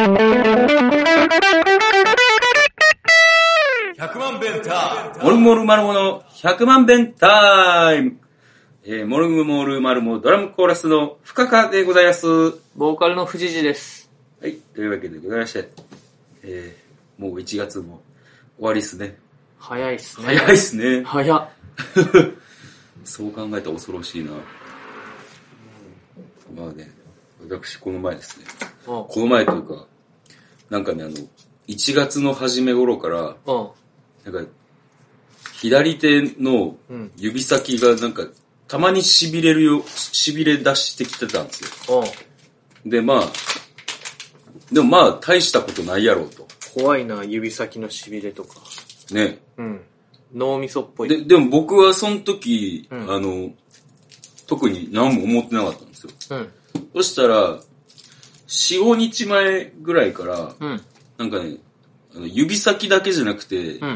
100万弁タイム。 モルモルマルモの100万弁タイム。モルグモルマルモドラムコーラスの深川でございます。 ボーカルの藤次です。 はい、というわけでございまして、もう1月も終わりっすね。 早いっすね。 早いっすね。 早っ。 そう考えたら恐ろしいな。まあね、私この前ですね。この前というか、なんかね、1月の初め頃から、なんか、左手の指先がなんか、たまに痺れ出してきてたんですよ。で、まあ、でもまあ、大したことないやろうと。 怖いな、指先の痺れとか。 ね。 うん。脳みそっぽい。 でも僕はその時、特に何も思ってなかったんですよ。 うん。 そしたら、4、5日前ぐらいから、 うん。 なんかね、指先だけじゃなくて、 うん。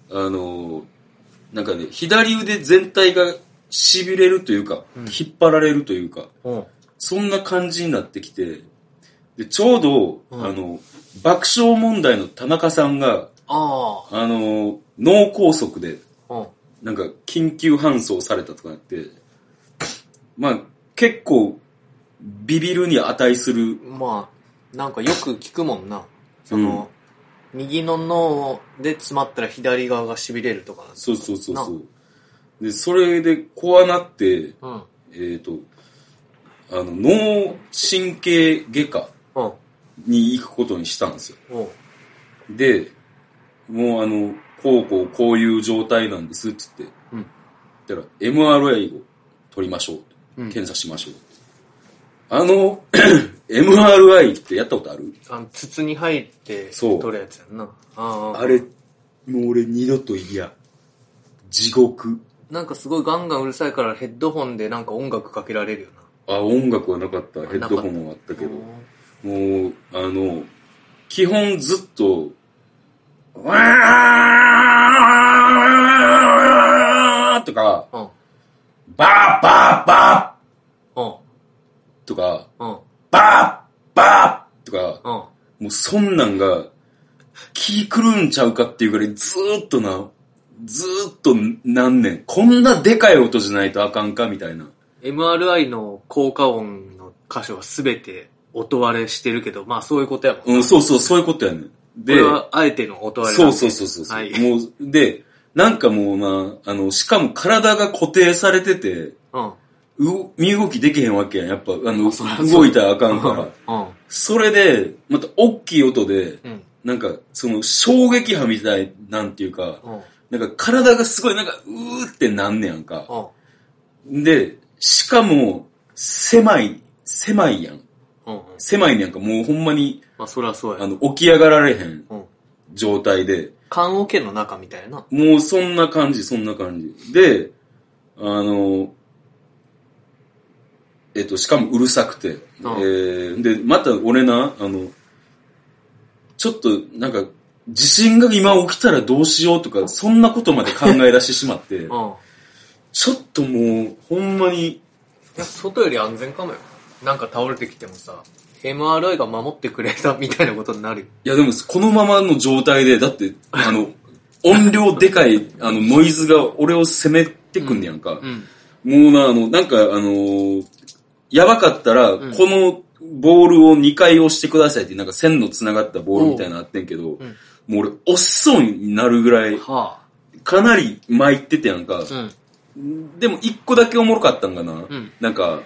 なんかね、左腕全体が痺れるというか、引っ張られるというか、そんな感じになってきて、で、ちょうど、爆笑問題の田中さんが、脳梗塞で、なんか緊急搬送されたとかなって、まあ、結構、ビビるに値する。 まあ、なんかよく聞くもんな。右の脳で詰まったら左側が痺れるとかなんそう。で、それで怖なって、脳神経外科に行くことにしたんですよ。で、もうこういう状態なんですっつって。だから MRI を取りましょう。検査しましょう。MRI ってやったことある？ 筒に入って取るやつやんな。 あれ、もう俺二度と嫌。地獄。 なんかすごいガンガンうるさいからヘッドホンでなんか音楽かけられるよな。 音楽はなかった。ヘッドホンはあったけど。もう、基本ずっと、わーとか、バーバーバーとか、バーバーとか、もうそんなんが、気狂うんちゃうかっていうぐらいずーっと何年、こんなでかい音じゃないとあかんかみたいな。 MRI の効果音の箇所はすべて音割れしてるけど、まあそういうことやもん。 そういうことやねん。 で、これはあえての音割れなんで。 そう。はい、もう、で、なんかもうな、しかも体が固定されてて、身動きできへんわけやん。やっぱ、動いたらあかんから。それで、また、大きい音で、なんか、その、衝撃波みたいなんていうか、なんか、体がすごい、なんか、うーってなんねやんか。で、しかも、狭いやん。狭いねやんか、もうほんまに、 まあ、そりゃそうや。 起き上がられへん状態で。 棺桶の中みたいな。 もう、そんな感じ。で、しかもうるさくて。で、また俺な、ちょっと、なんか、地震が今起きたらどうしようとか、そんなことまで考え出してしまって、ちょっともう、ほんまに。 外より安全かもよ。なんか倒れてきてもさ、MRI が守ってくれたみたいなことになるよ。 いやでも、このままの状態で、だって、音量でかい、ノイズが俺を攻めてくんねやんか。もうな、なんか、やばかったら、このボールを2回押してくださいって、なんか線の繋がったボールみたいなのあってんけど、もう俺、押しそうになるぐらい、かなり巻いててやんか。でも、1個だけおもろかったんかな。なんか、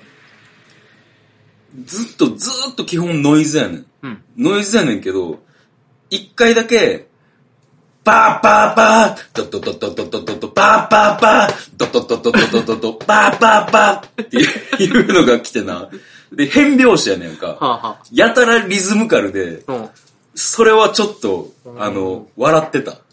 ずっと基本ノイズやねん。ノイズやねんけど、1回だけ、バーバーバードドドドドドドドバーバーバードドドドドドドドバーバーバーっていうのが来てな。で、変拍子やねんか。やたらリズムカルで、それはちょっと、笑ってた。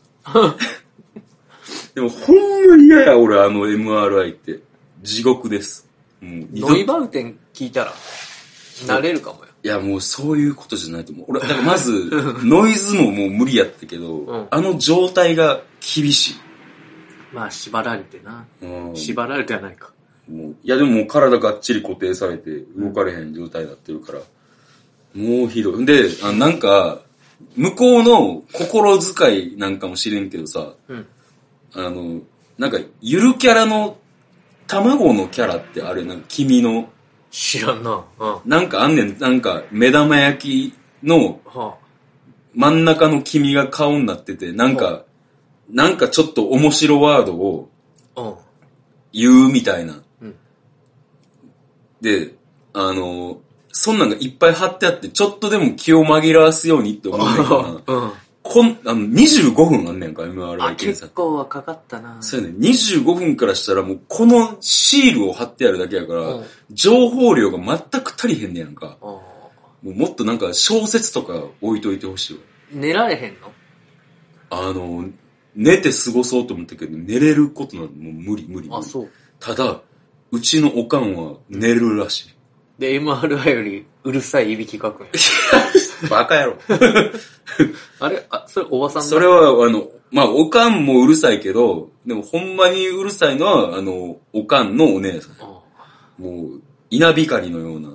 でも、ほんま嫌や、俺、MRI って。地獄です。 ノイバルテン聞いたら、慣れるかもよ。 いや、もうそういうことじゃないと思う。俺、だからまず、ノイズももう無理やったけど、状態が厳しい。 まあ、縛られてな。縛られてはないか。 いや、でももう体がっちり固定されて、動かれへん状態になってるから、 もうひどい。で、なんか、向こうの心遣いなんかもしれんけどさ、うん、なんか、ゆるキャラの卵のキャラってあれ、なんか君の。 知らんな。 うん、なんかあんねん、なんか目玉焼きの真ん中の君が顔になってて、なんかちょっと面白ワードを言うみたいな。うん、で、そんなんがいっぱい貼ってあって、ちょっとでも気を紛らわすようにって思うんだけどな。25分あんねんか、MRI 検査。 結構はかかったな。 そうやね。25分からしたらもうこのシールを貼ってあるだけやから、情報量が全く足りへんねやんか。もっとなんか小説とか置いといてほしいわ。 寝られへんの？寝て過ごそうと思ったけど、寝れることなのもう無理。 あ、そう。 ただ、うちのおかんは寝るらしい。 で、MRI よりうるさいいびきかくんや。 バカ野郎。 あれそれおばさんそれは、まあ、おかんもうるさいけど、でもほんまにうるさいのは、おかんのお姉さん。もう、稲光のような。いや、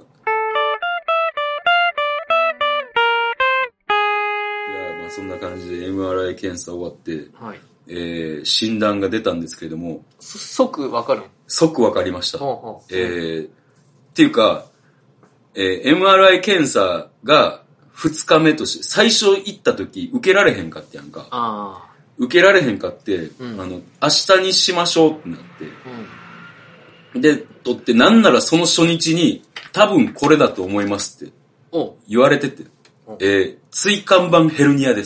まあそんな感じで MRI 検査終わって、はい、診断が出たんですけども。 即わかる？ 即わかりました。っていうか、MRI 検査が2日目として、最初行った時受けられへんかってやんか。受けられへんかって、うん、明日にしましょうってなって。うん、で、取ってなんならその初日に多分これだと思いますって言われてて。椎間板ヘルニアです。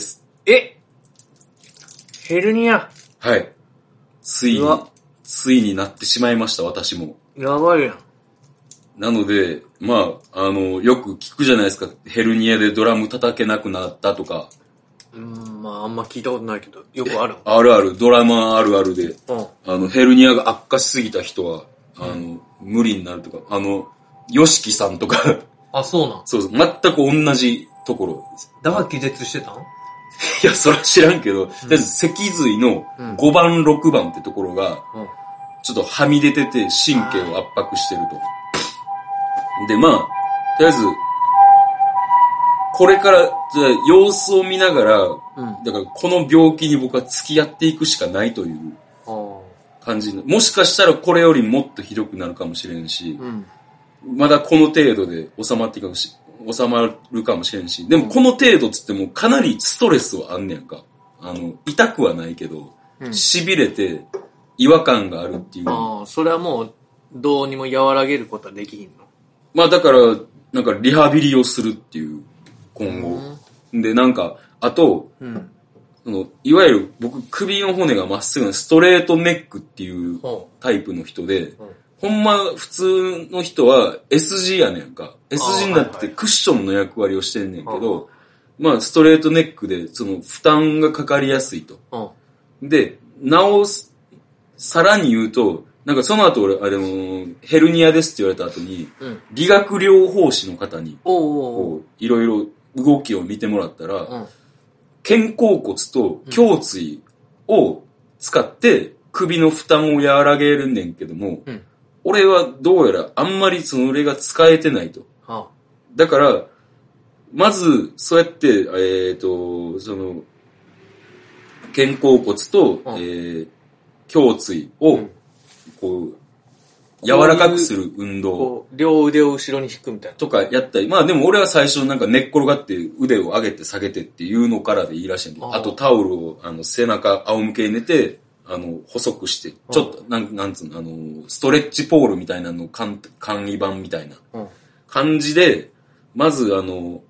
ヘルニア？ はい。ついになってしまいました、私も。 やばいやん。 なので、まあ、よく聞くじゃないですか。ヘルニアでドラム叩けなくなったとか。 まあ、あんま聞いたことないけど、よくある。 あるある、ドラマあるあるで。ヘルニアが悪化しすぎた人は、無理になるとか。ヨシキさんとか。 あ、そうなん？ そう、全く同じところ。 だから気絶してたん？ いや、それは知らんけど、とりあえず脊髄の5番、6番ってところが、ちょっとはみ出てて神経を圧迫してると。で、まあ、とりあえず、これから、じゃあ様子を見ながら、だからこの病気に僕は付き合っていくしかないという感じ。もしかしたらこれよりもっとひどくなるかもしれんし、まだこの程度で収まるかもしれんし、でもこの程度つってもかなりストレスはあんねやんか。痛くはないけど、痺れて違和感があるっていう。 それはもうどうにも和らげることはできひんの？ まあだから、なんかリハビリをするっていう、今後。で、なんか、あと、いわゆる僕首の骨がまっすぐなストレートネックっていうタイプの人で、ほんま普通の人は S 字やねんか。S 字になってクッションの役割をしてんねんけど、まあストレートネックでその負担がかかりやすいと。で、さらに言うと、なんかその後俺、ヘルニアですって言われた後に、理学療法士の方に、いろいろ動きを見てもらったら、肩甲骨と胸椎を使って首の負担を和らげるねんけども、俺はどうやらあんまりそれが使えてないと。だから、まず、そうやって、その、肩甲骨と、胸椎を、こう、柔らかくする運動。 両腕を後ろに引くみたいな。 とかやったり。まあでも俺は最初なんか寝っ転がって腕を上げて下げてっていうのからでいいらしいんだけど、あとタオルを背中仰向けに寝て、細くして、ちょっと、なんつうの、ストレッチポールみたいなの、簡易版みたいな感じで、まずその、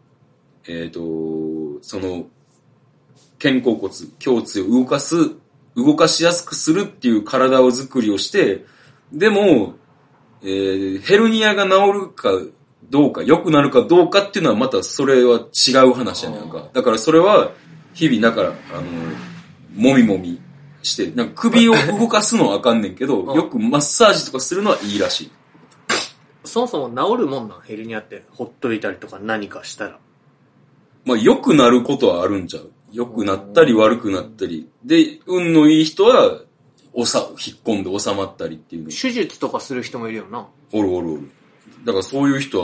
肩甲骨、胸椎を動かしやすくするっていう体を作りをして、でも、ヘルニアが治るかどうか、良くなるかどうかっていうのはまたそれは違う話やねんか。だからそれは、日々だから、もみもみして、なんか首を動かすのはあかんねんけど、よくマッサージとかするのはいいらしい。 そもそも治るもんなん？ヘルニアってほっといたりとか何かしたら。 まあ良くなることはあるんちゃう？良くなったり悪くなったり。で、運のいい人は、引っ込んで収まったりっていうの。 手術とかする人もいるよな。 おる。だからそういう人は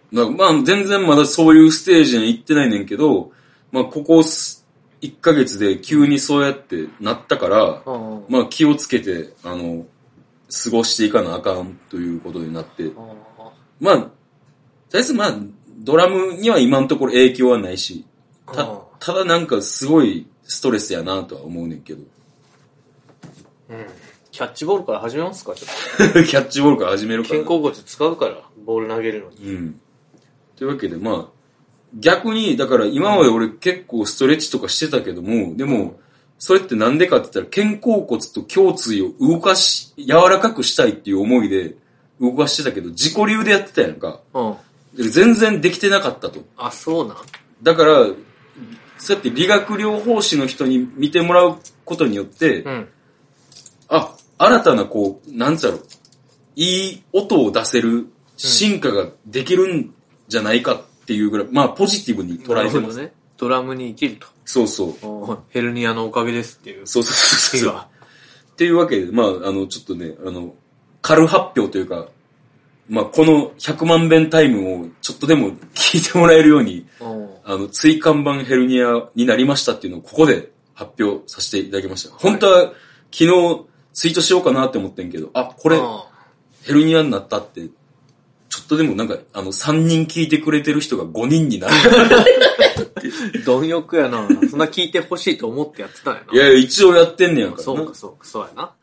まあ全然まだそういうステージに行ってないねんけど、まあここ1ヶ月で急にそうやってなったから、まあ気をつけて、過ごしていかなあかんということになって、まあ、とりあえずまあ、ドラムには今のところ影響はないし、ただなんかすごいストレスやなとは思うねんけど。 うん。キャッチボールから始めますか、ちょっと。キャッチボールから始めるから。 肩甲骨使うから、ボール投げるのに。 うん。というわけでまあ、逆に、だから今まで俺結構ストレッチとかしてたけども、でも、それってなんでかって言ったら肩甲骨と胸椎を柔らかくしたいっていう思いで動かしてたけど、自己流でやってたやんか。全然できてなかったと。 あ、そうなん？ だから、そうやって理学療法士の人に見てもらうことによって、新たなこう、なんつうやろ、いい音を出せる進化ができるんじゃないかっていうぐらい、まあポジティブに捉えてます。 ね。ドラムに生きると。 そうそう。 ヘルニアのおかげですっていう。 そう。っていうわけで、まあ、ちょっとね、軽発表というか、まあ、この100万遍タイムをちょっとでも聞いてもらえるように、椎間板ヘルニアになりましたっていうのをここで発表させていただきました。はい、本当は昨日ツイートしようかなって思ってんけど、これ、ヘルニアになったって、ちょっとでもなんか、3人聞いてくれてる人が5人になる。 貪欲やな。そんな聞いてほしいと思ってやってたんやな。 いや、一応やってんねやからな。 そうやな。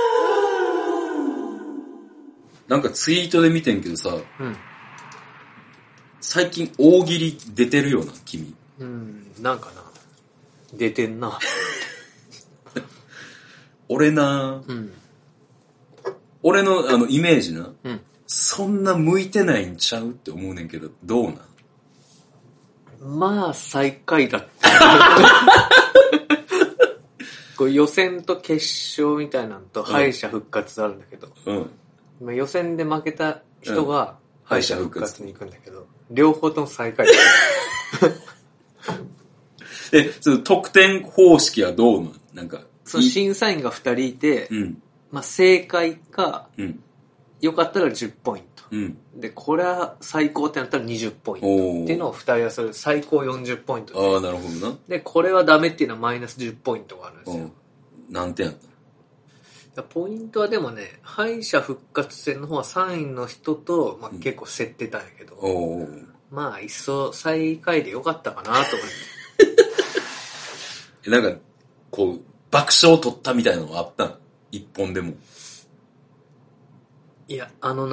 なんかツイートで見てんけどさ、最近大喜利出てるよな、君。 なんかな。出てんな。 俺な、俺のイメージな、そんな向いてないんちゃうって思うねんけど、どうなん？ まあ、最下位だった。こう予選と決勝みたいなのと敗者復活あるんだけど、まあ、予選で負けた人が敗者復活に行くんだけど、両方とも最下位だった。 その得点方式はどうなん？なんかその審査員が2人いて、まあ、正解か、よかったら10ポイント。で、これは最高ってなったら20ポイントっていうのを2人はそれ最高40ポイントで。 なるほどな。 で、これはダメっていうのはマイナス10ポイントがあるんですよ。 何点やった？ ポイントはでもね、敗者復活戦の方は3位の人と、まあ、結構競ってたんやけど、まあ、いっそ最下位でよかったかなと思って。 なんか、こう、爆笑取ったみたいなのがあったん？一本でも。 いや、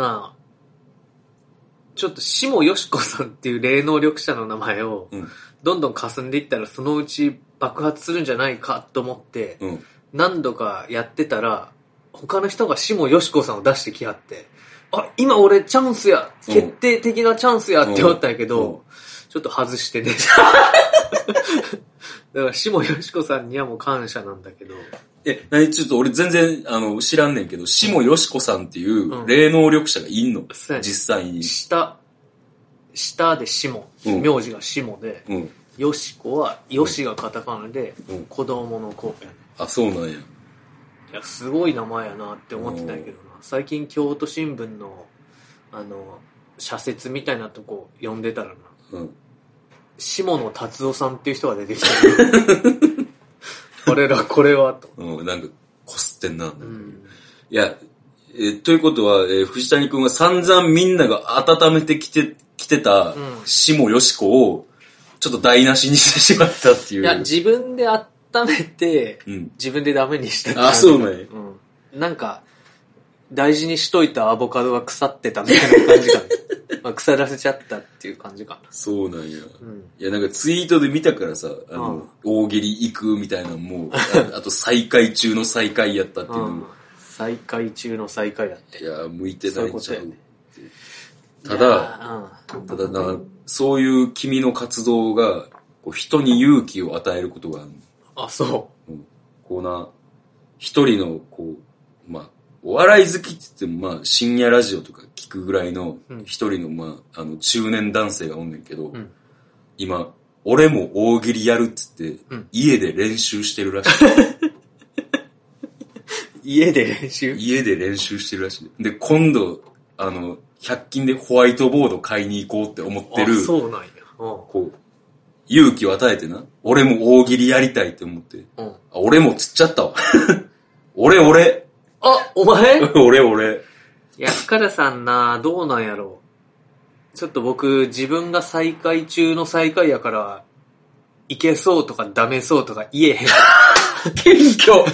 ちょっと下よしこさんっていう霊能力者の名前をどんどん霞んでいったらそのうち爆発するんじゃないかと思って、何度かやってたら他の人が下よしこさんを出してきはって、今俺チャンスや、決定的なチャンスやって思ったんやけど、ちょっと外してね。だから下よしこさんにはもう感謝なんだけど。 ちょっと俺全然知らんねんけど、下よしこさんっていう霊能力者がいんの？実際に。下で下、名字が下で、よしこは、よしがカタカナで、子供の子やね。 そうなんや。 いや、すごい名前やなって思ってたんやけどな。最近京都新聞の、社説みたいなとこ読んでたらな。下野達夫さんっていう人が出てきた。これはと。 なんか、こすってんな。いや、ということは、藤谷くんが散々みんなが温めてきてた、下よしこを、ちょっと台無しにしてしまったっていう。 いや、自分で温めて、自分でダメにしたって。 そうなんや。 なんか、大事にしといたアボカドが腐ってたみたいな感じかな。まあ、腐らせちゃったっていう感じかな。 そうなんや。いや、なんかツイートで見たからさ、大喜利行くみたいなのも、あと再開中の再開やったっていうのも。 再開中の再開だって。 いや、向いてないんちゃう。ただな、そういう君の活動が、こう人に勇気を与えることがある。 そう。 こうな、一人の、こう、まあ、お笑い好きって言っても、まあ、深夜ラジオとか聞くぐらいの、一人の、まあ、中年男性がおんねんけど、今、俺も大喜利やるっつって、家で練習してるらしい。 家で練習してるらしい。で、今度、 100均でホワイトボード買いに行こうって思ってる。 そうなんや。 こう、勇気を与えてな。俺も大喜利やりたいって思って。俺もつっちゃったわ。俺。 あ、お前俺。 いや、深田さんな、どうなんやろう。ちょっと僕、自分が最下位中の最下位やから、いけそうとかダメそうとか言えへん。 謙虚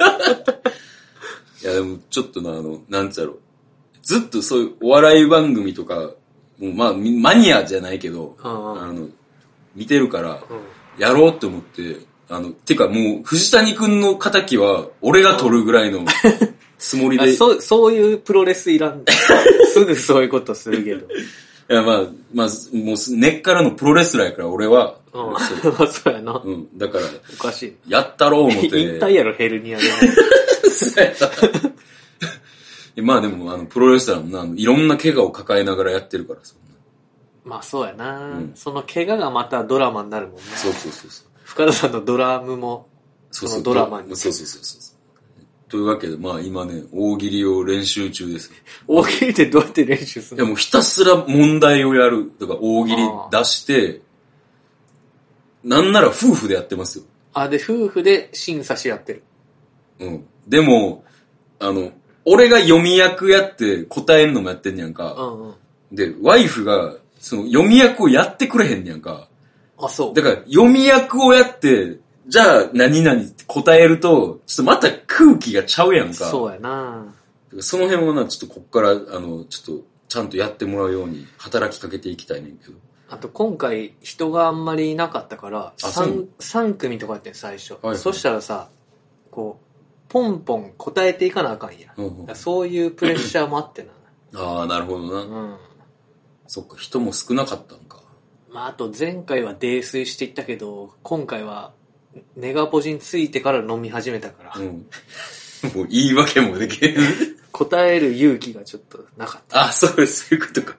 いや、でもちょっとな、なんつやろ。ずっとそういうお笑い番組とか、もうまあ、マニアじゃないけど、見てるから、やろうって思って、てかもう、藤谷くんの仇は、俺が取るぐらいのつもりで。 そういうプロレスいらん。すぐそういうことするけど。 いや、まあ、もう根っからのプロレスラーやから、俺は。 そうやな。 だから、 おかしい。 やったろう思って。 引退やろ、ヘルニアで。 そうやった。まあでも、プロレスラーもな、いろんな怪我を抱えながらやってるから、そんな。 まあそうやな、その怪我がまたドラマになるもんね。 そう。 深田さんのドラムも、そのドラマに。 そう。というわけで、まあ今ね、大喜利を練習中です。 大喜利ってどうやって練習するの？ いやもうひたすら問題をやる。だから大喜利出して、なんなら夫婦でやってますよ。 で、夫婦で審査し合ってる。 でも、俺が読み役やって答えんのもやってんねやんか。で、ワイフが、その読み役をやってくれへんねやんか。 そう。 だから読み役をやって、じゃあ何々って答えると、ちょっとまた空気がちゃうやんか。 そうやな。 その辺はな、ちょっとこっから、ちょっと、ちゃんとやってもらうように働きかけていきたいねんけど。 あと今回人があんまりいなかったから、3組とかやってん最初。そしたらさ、こう、ポンポン答えていかなあかんや。そういうプレッシャーもあってな。なるほどな。そっか、人も少なかったんか。 まあ、あと前回は泥酔していったけど、今回はネガポジについてから飲み始めたから。 もう言い訳もできる。 答える勇気がちょっとなかった。 そういうことか。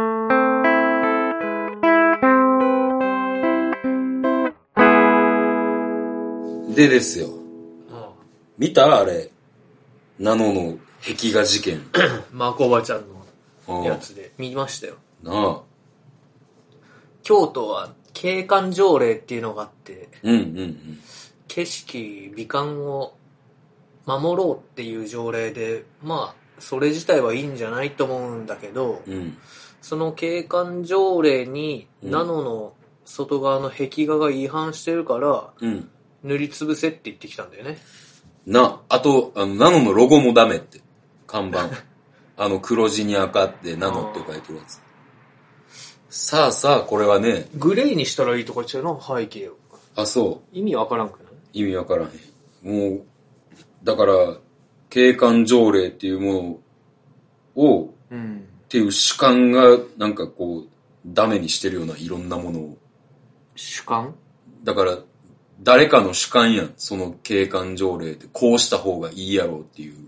でですよ。見たあれ。ナノの壁画事件。 マコバちゃんのやつで見ましたよ。 なあ。 京都は景観条例っていうのがあって、景色、美観を守ろうっていう条例で、まあ、それ自体はいいんじゃないと思うんだけど、その景観条例に、ナノの外側の壁画が違反してるから、塗りつぶせって言ってきたんだよね。 あと、ナノのロゴもダメって。看板。黒字に赤ってナノって書いてるやつ。さあ、これはね。 グレーにしたらいいとか言っちゃうの背景を。 そう。 意味わからんくない？ 意味わからへん。もう、だから、景観条例っていうものを、っていう主観が、なんかこう、ダメにしてるようないろんなものを。 主観？ だから、誰かの主観やん。その景観条例ってこうした方がいいやろうっていう。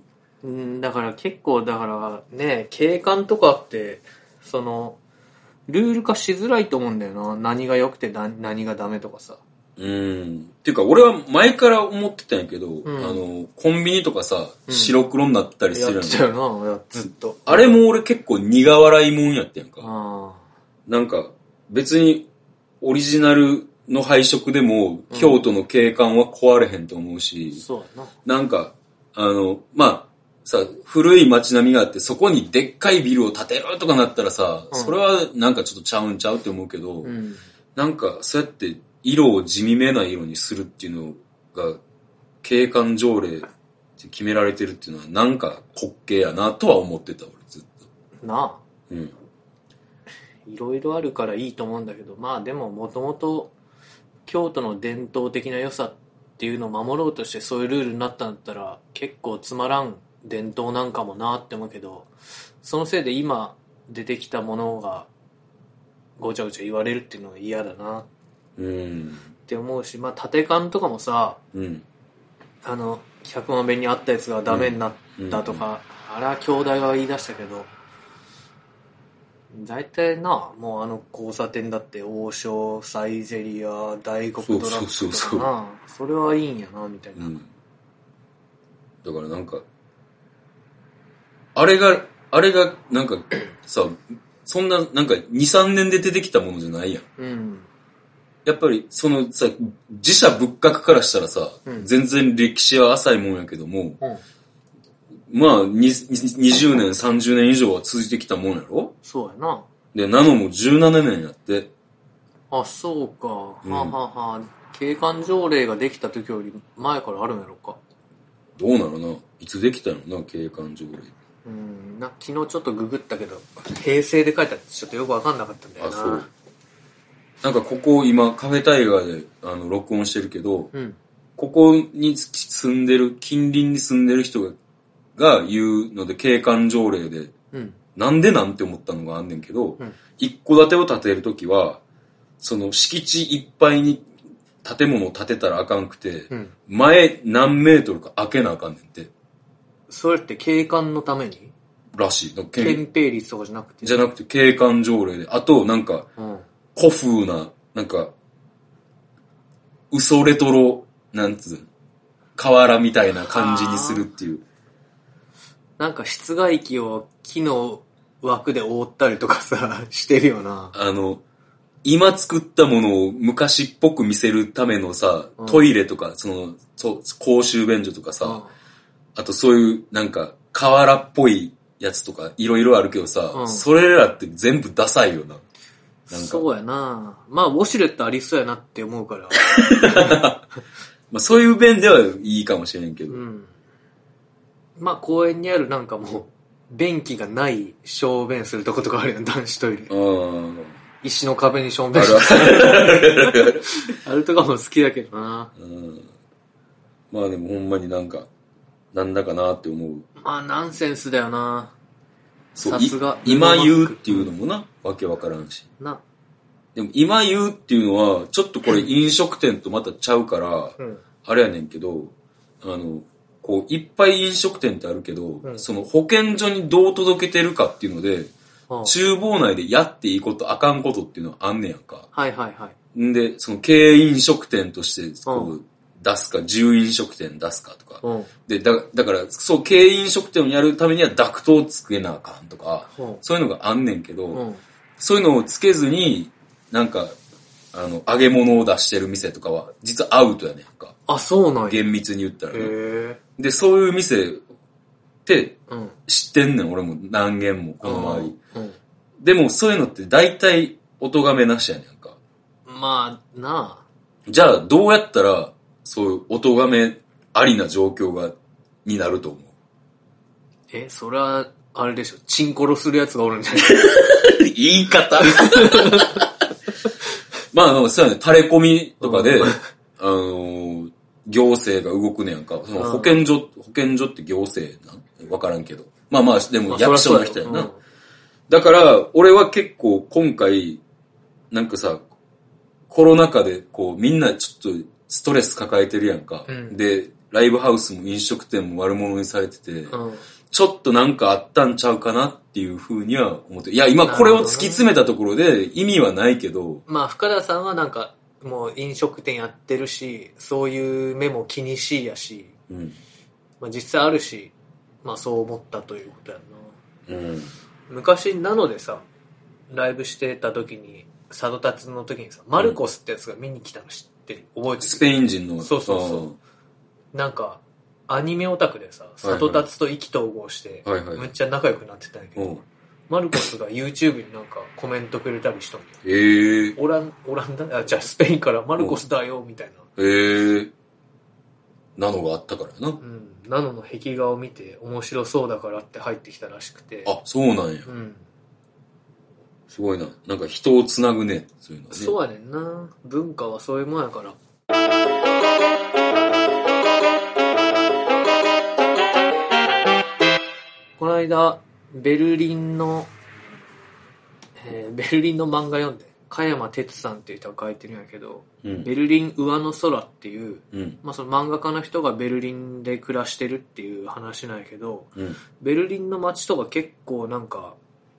だから結構、ね、景観とかって、ルール化しづらいと思うんだよな。何が良くて何がダメとかさ。 っていうか、俺は前から思ってたんやけど、コンビニとかさ、白黒になったりするやん。 やってたよな、ずっと。 あれも俺結構苦笑いもんやってんか。なんか、別にオリジナルの配色でも、京都の景観は壊れへんと思うし、 そうやな。 なんか、まあ、さ、古い街並みがあって、そこにでっかいビルを建てるとかなったらさ、それはなんかちょっとちゃうって思うけど、なんかそうやって色を地味めな色にするっていうのが、景観条例って決められてるっていうのは、なんか滑稽やなとは思ってた、俺ずっと。 なあ。いろいろあるからいいと思うんだけど、まあでももともと京都の伝統的な良さっていうのを守ろうとしてそういうルールになったんだったら結構つまらん伝統なんかもなって思うけど、そのせいで今出てきたものがごちゃごちゃ言われるっていうのは嫌だなって思うし、まあ縦勘とかもさ、100万遍にあったやつがダメになったとか、あれは兄弟が言い出したけど、大体な、もう交差点だって王将、サイゼリア、大黒ドラッグとかな、それはいいんやなみたいな、 だからなんかあれがあれが、なんか、さ、そんな、なんか、2、3年で出てきたものじゃないやん。うん。やっぱり、そのさ、自社仏閣からしたらさ、うん、全然歴史は浅いもんやけども、うん、まあ、20年、30年以上は続いてきたもんやろ？ そうやな。 で、ナノも17年やって。 あ、そうか。うん、ははは。景観条例ができた時より前からあるんやろか。 どうなのな？いつできたのな、景観条例。 昨日ちょっとググったけど、平成で書いたってちょっとよくわかんなかったんだよな。あ、そう。 なんかここ今カフェタイガーで録音してるけど、うん、ここに住んでる、近隣に住んでる人が言うので景観条例で、うん、なんでなんて思ったのがあんねんけど、うん、一戸建てを建てるときは、その敷地いっぱいに建物を建てたらあかんくて、うん、前何メートルか開けなあかんねんて。 それって景観のためにらしい。 憲兵率とかじゃなくて。 じゃなくて景観条例で。あと、なんか、古風な、なんか、嘘レトロ、なんつう、河原みたいな感じにするっていう。 なんか室外機を木の枠で覆ったりとかさ、してるよな。 今作ったものを昔っぽく見せるためのさ、トイレとか、公衆便所とかさ、あとそういう、なんか、河原っぽいやつとか、いろいろあるけどさ、それらって全部ダサいよな。 なんかそうやな。まあ、ウォシュレットありそうやなって思うから。 まあ、そういう便ではいいかもしれんけど。うん。 まあ、公園にあるなんかもう、便器がない小便するとことかあるやん、男子トイレ。石の壁に小便する。あるとかも好きだけどな。うん。 まあでもほんまになんか、なんだかなって思う。 まあ、ナンセンスだよな。さすが。 今言うっていうのもな、わけわからんし。な。でも今言うっていうのは、ちょっとこれ飲食店とまたちゃうから、うん、あれやねんけど、こう、いっぱい飲食店ってあるけど、うん、その保健所にどう届けてるかっていうので、厨房内でやっていいことあかんことっていうのはあんねやんか。 はいはいはい。 んで、その経営飲食店として、こう、出すか、自由飲食店出すかとか。で、だから、そう、経営飲食店をやるためにはダクトをつけなあかんとか、そういうのがあんねんけど、そういうのをつけずに、なんか、揚げ物を出してる店とかは、実はアウトやねんか。 あ、そうなんや。 厳密に言ったらね。で、そういう店って、知ってんねん、俺も何軒も、この周り。でも、そういうのって大体、お咎めなしやねんか。 まあ、なあ。 じゃあ、どうやったら、そういうお咎めありな状況になると思う？ それは、あれでしょ。チンコロするやつがおるんじゃない？ 言い方まあ、そうやね、垂れ込みとかで、行政が動くねやんか。その保健所って行政わからんけど。まあまあ、でも役所の人やな。だから、俺は結構今回、なんかさ、コロナ禍でこうみんなちょっとストレス抱えてるやんか。で、ライブハウスも飲食店も悪者にされてて、ちょっとなんかあったんちゃうかなっていう風には思って。いや、今これを突き詰めたところで意味はないけど。 まあ、深田さんはなんか、もう飲食店やってるし、そういう目も気にしいやし、まあ実際あるし、まあそう思ったということやな。昔なのでさ、ライブしてた時に、佐渡達の時にさ、マルコスってやつが見に来たの知ってる？覚えてる？ スペイン人の。 そうそうそう。なんか、アニメオタクでさ、佐渡達と意気投合して、むっちゃ仲良くなってたんやけど、マルコスが YouTube になんかコメントくれたりしたんだよ。オランダじゃあスペインからマルコスだよ、みたいな。 ナノがあったからな。 ナノの壁画を見て面白そうだからって入ってきたらしくて。 あ、そうなんや。すごいな。なんか人をつなぐね。そういうのね。 そうやねんな。文化はそういうもんやから。この間、ベルリンの漫画読んで、加山哲さんっていう人が書いてるんやけど、ベルリン上の空っていう、まあその漫画家の人がベルリンで暮らしてるっていう話なんやけど、ベルリンの街とか結構なんか、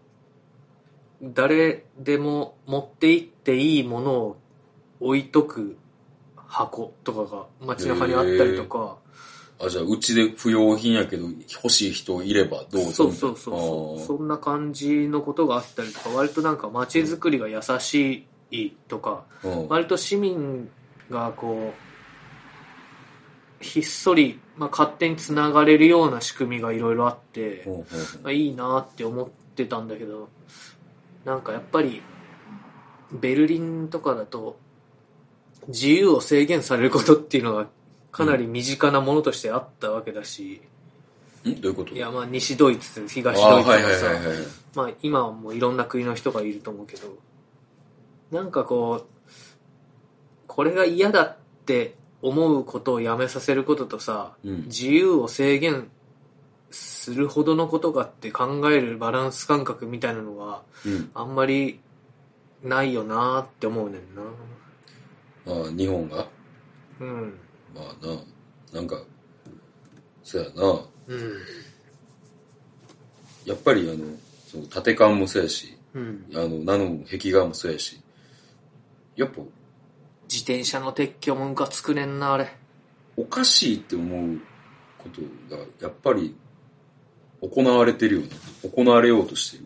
誰でも持って行っていいものを置いとく箱とかが街中にあったりとか、 じゃあうちで不要品やけど欲しい人いればどうぞ。 そう。そんな感じのことがあったりとか、割となんか街づくりが優しいとか、割と市民がこう、ひっそり、勝手につながれるような仕組みがいろいろあって、いいなって思ってたんだけど、なんかやっぱり、ベルリンとかだと、自由を制限されることっていうのがかなり身近なものとしてあったわけだし、 どういうこと？ いや、西ドイツ、東ドイツとかさ、今はもういろんな国の人がいると思うけど、なんかこう、これが嫌だって思うことをやめさせることとさ、自由を制限するほどのことかって考えるバランス感覚みたいなのは、あんまりないよなーって思うねんな。 日本が？なんか、そうやな。やっぱりその縦感もそうやし、ナノも壁画もそうやし、やっぱ、 自転車の撤去もムカつくねんな、あれ。 おかしいって思うことが、やっぱり、行われてるよね。行われようとしてる。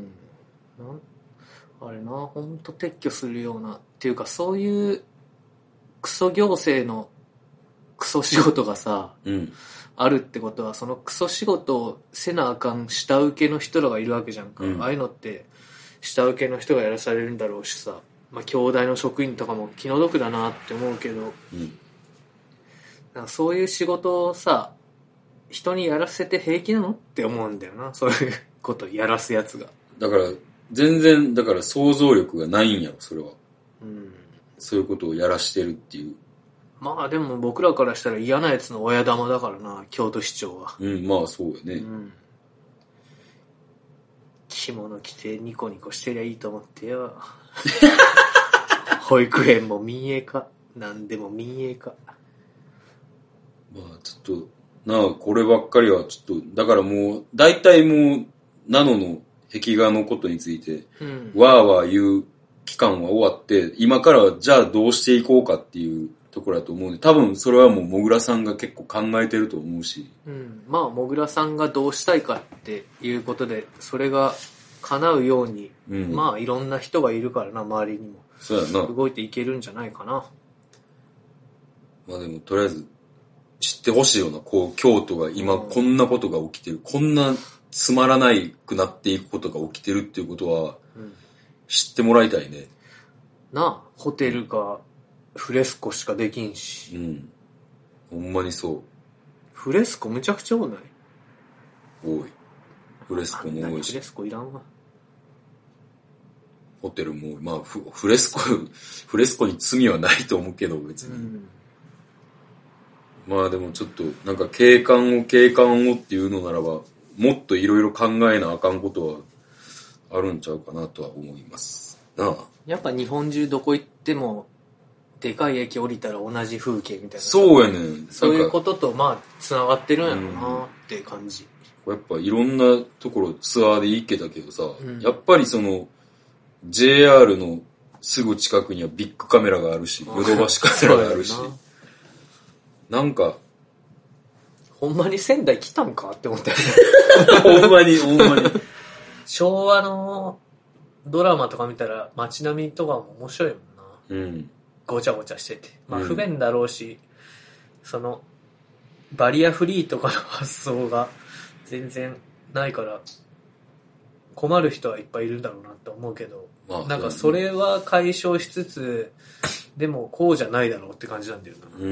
あれな、ほんと撤去するような、っていうかそういうクソ行政のクソ仕事がさ、あるってことは、そのクソ仕事をせなあかん下請けの人らがいるわけじゃんか。ああいうのって下請けの人がやらされるんだろうしさ、京大の職員とかも気の毒だなって思うけど、なんかそういう仕事をさ、人にやらせて平気なのって思うんだよな、そういうことやらすやつが。 だから全然想像力がないんやろ、それは。そういうことをやらしてるっていう。 でも僕らからしたら嫌なやつの親玉だからな、京都市長は。 そうよね。 着物着てニコニコしてりゃいいと思ってよ。保育園も民営化、なんでも民営化。 ちょっと、こればっかりはちょっと、だからもう、大体もう、ナノの壁画のことについて、わーわー言う期間は終わって、今からはじゃあどうしていこうかっていうところだと思うんで、多分それはもうもぐらさんが結構考えてると思うし。 もぐらさんがどうしたいかっていうことで、それが叶うように、いろんな人がいるからな、周りにも。 そうやな。 動いていけるんじゃないかな。 でもとりあえず、知ってほしいような、京都が今こんなことが起きてる、こんなつまらないくなっていくことが起きてるっていうことは、知ってもらいたいね。 ホテルがフレスコしかできんし。 ほんまにそう。 フレスコむちゃくちゃ多ない？ 多い。フレスコも多いし。 フレスコいらんわ。 ホテルも、フレスコに罪はないと思うけど、別に。でもちょっと、なんか景観をっていうのならば、もっといろいろ考えなあかんことはあるんちゃうかなとは思いますなあ。 やっぱ日本中どこ行ってもでかい駅降りたら同じ風景みたいな。 そうやねん。 そういうことと繋がってるんやろうなっていう感じ。 やっぱいろんなところツアーで行けたけどさ、やっぱりその JR のすぐ近くにはビッグカメラがあるし、ヨドバシカメラがあるし、なんかほんまに仙台来たんかって思ったよね。ほんまに。 昭和のドラマとか見たら街並みとかも面白いもんな。ごちゃごちゃしてて。不便だろうし、その、バリアフリーとかの発想が全然ないから、困る人はいっぱいいるんだろうなって思うけど、なんかそれは解消しつつ、でもこうじゃないだろうって感じなんだよ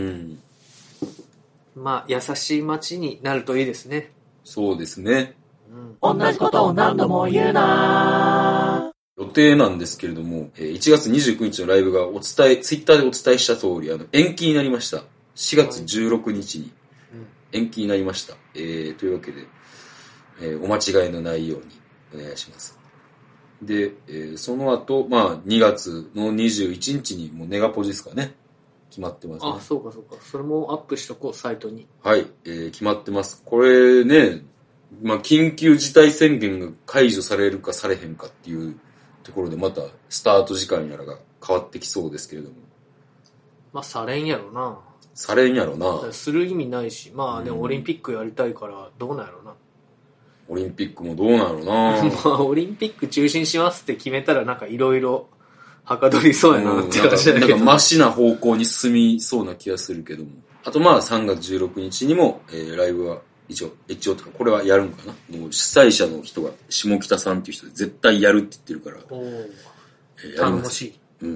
な。優しい街になるといいですね。 そうですね。 同じことを何度も言うな。 予定なんですけれども、1月29日のライブがツイッターでお伝えした通り、延期になりました。4月16日に延期になりました。というわけで、お間違いのないようにお願いします。で、その後、2月の21日にもうネガポジですかね。決まってますね。 そうか。それもアップしとこう、サイトに。 はい、決まってます。これね、緊急事態宣言が解除されるかされへんかっていうところでまたスタート時間やらが変わってきそうですけれども。 されんやろな。 されんやろな。 する意味ないし、まあでもオリンピックやりたいからどうなんやろな。 オリンピックもどうなのなまあオリンピック中止にしますって決めたらなんかいろいろはかどりそうやなって感じだけど、 なんかマシな方向に進みそうな気がするけども。あとまあ3月16日にも、ライブは一応とかこれはやるんかな。もう主催者の人が下北さんっていう人で絶対やるって言ってるから。 頼もしい。 うん。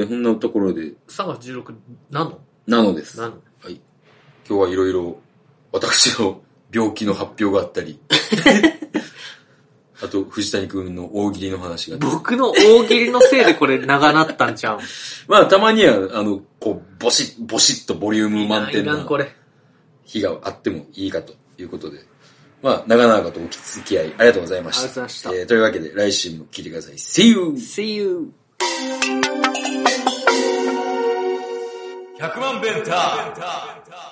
こんなところで。 3月16日なのです。 なの。 はい。今日はいろいろ私の病気の発表があったり。あと、藤谷くんの大喜利の話が。 僕の大喜利のせいでこれ長なったんちゃうまあ、たまには、こう、ボシッとボリューム満点な日があってもいいかということで。まあ、長々とお付き合いありがとうございました。 ありがとうございました。 というわけで、来週も聞いてください。See you! See you! 100万弁ター